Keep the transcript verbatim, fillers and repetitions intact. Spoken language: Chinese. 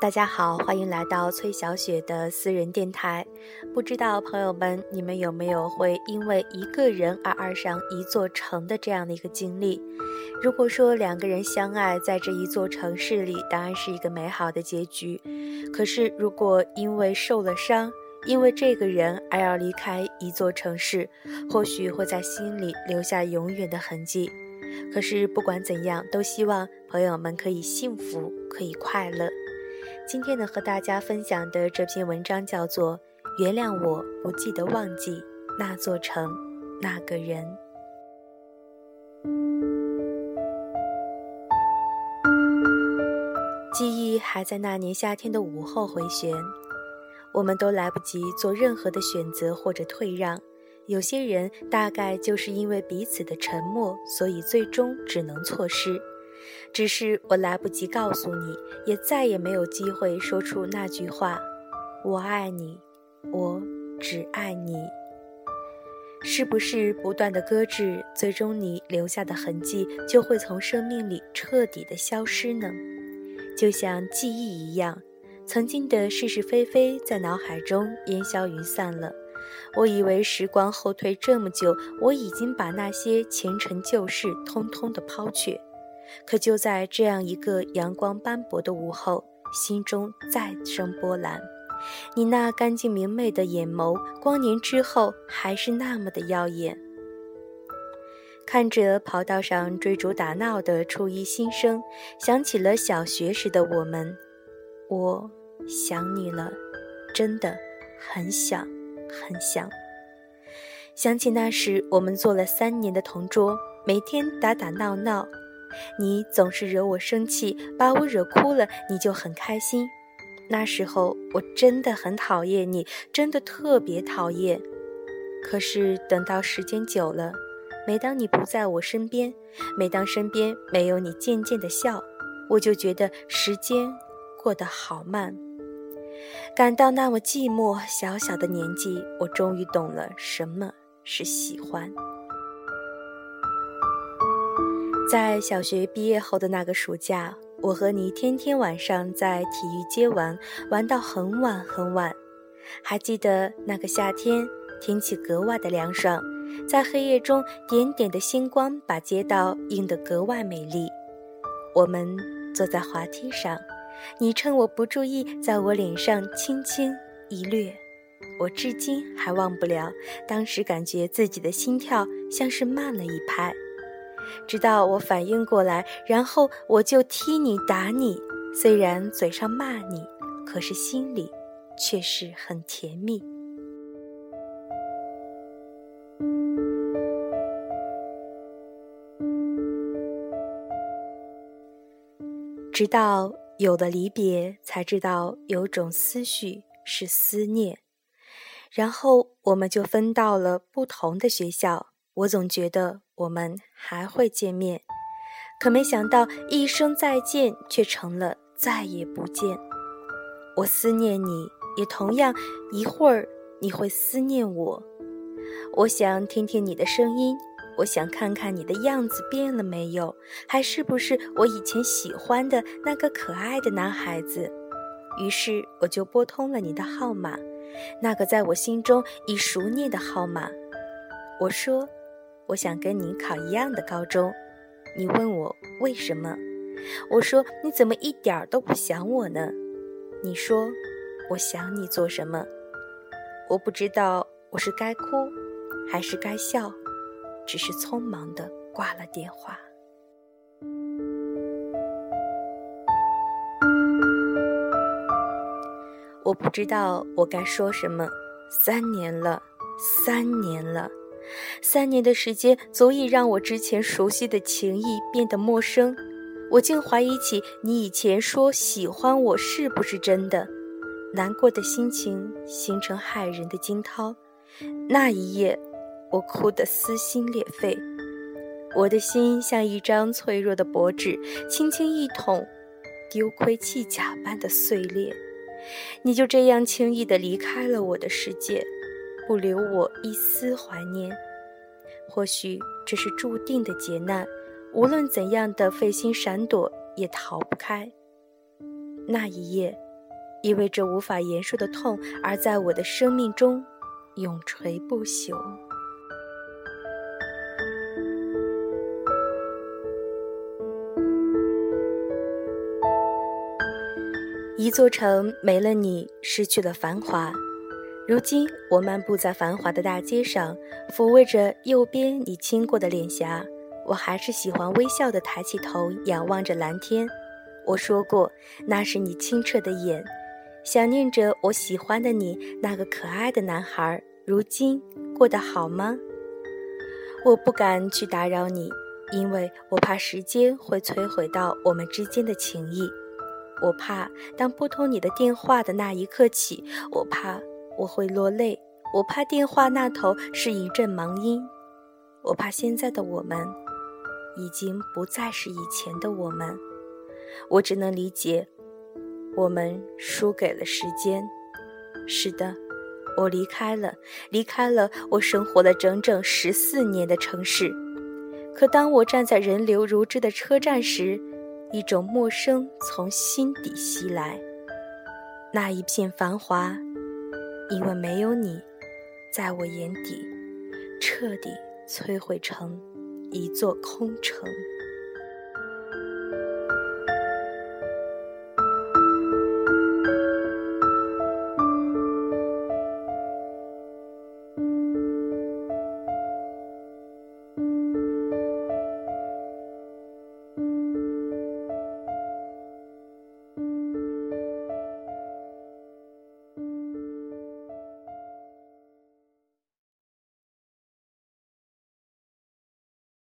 大家好，欢迎来到崔小雪的私人电台。不知道朋友们，你们有没有会因为一个人而爱上一座城的这样的一个经历？如果说两个人相爱在这一座城市里，当然是一个美好的结局。可是如果因为受了伤，因为这个人而要离开一座城市，或许会在心里留下永远的痕迹。可是不管怎样，都希望朋友们可以幸福，可以快乐。今天呢，和大家分享的这篇文章叫做《原谅我不记得忘记那座城那个人》。记忆还在那年夏天的午后回旋，我们都来不及做任何的选择或者退让。有些人大概就是因为彼此的沉默，所以最终只能错失。只是我来不及告诉你，也再也没有机会说出那句话，我爱你，我只爱你。是不是不断的搁置，最终你留下的痕迹就会从生命里彻底的消失呢？就像记忆一样，曾经的是是非非在脑海中烟消云散了。我以为时光后退这么久，我已经把那些前尘旧事通通的抛却。可就在这样一个阳光斑驳的午后，心中再生波澜。你那干净明媚的眼眸，光年之后还是那么的耀眼。看着跑道上追逐打闹的初一新生，想起了小学时的我们。我想你了，真的很想很想。想起那时我们做了三年的同桌，每天打打闹闹，你总是惹我生气，把我惹哭了，你就很开心。那时候我真的很讨厌你，真的特别讨厌。可是等到时间久了，每当你不在我身边，每当身边没有你渐渐的笑，我就觉得时间过得好慢。感到那么寂寞，小小的年纪，我终于懂了什么是喜欢。在小学毕业后的那个暑假，我和你天天晚上在体育街玩，玩到很晚很晚。还记得那个夏天，天气格外的凉爽，在黑夜中点点的星光把街道映得格外美丽。我们坐在滑梯上，你趁我不注意，在我脸上轻轻一掠。我至今还忘不了，当时感觉自己的心跳像是慢了一拍。直到我反应过来，然后我就踢你打你，虽然嘴上骂你，可是心里却是很甜蜜。直到有了离别，才知道有种思绪是思念。然后我们就分到了不同的学校，我总觉得我们还会见面，可没想到一声再见却成了再也不见。我思念你，也同样一会儿你会思念我。我想听听你的声音，我想看看你的样子变了没有，还是不是我以前喜欢的那个可爱的男孩子。于是我就拨通了你的号码，那个在我心中已熟念的号码。我说我想跟你考一样的高中。你问我为什么？我说你怎么一点儿都不想我呢？你说我想你做什么？我不知道我是该哭还是该笑，只是匆忙地挂了电话。我不知道我该说什么。三年了，三年了，三年的时间足以让我之前熟悉的情谊变得陌生。我竟怀疑起你以前说喜欢我是不是真的。难过的心情形成骇人的惊涛。那一夜，我哭得撕心裂肺。我的心像一张脆弱的薄纸，轻轻一捅，丢盔弃甲般的碎裂。你就这样轻易地离开了我的世界，不留我一丝怀念。或许这是注定的劫难，无论怎样的费心闪躲也逃不开。那一夜因为这无法言说的痛而在我的生命中永垂不朽。一座城没了你，失去了繁华。如今我漫步在繁华的大街上，抚慰着右边你亲过的脸颊，我还是喜欢微笑地抬起头仰望着蓝天。我说过，那是你清澈的眼，想念着我喜欢的你，那个可爱的男孩，如今过得好吗？我不敢去打扰你，因为我怕时间会摧毁到我们之间的情谊。我怕当拨通你的电话的那一刻起，我怕我会落泪，我怕电话那头是一阵忙音，我怕现在的我们已经不再是以前的我们。我只能理解，我们输给了时间。是的，我离开了，离开了我生活了整整十四年的城市。可当我站在人流如织的车站时，一种陌生从心底袭来。那一片繁华，因为没有你，在我眼底彻底摧毁成一座空城。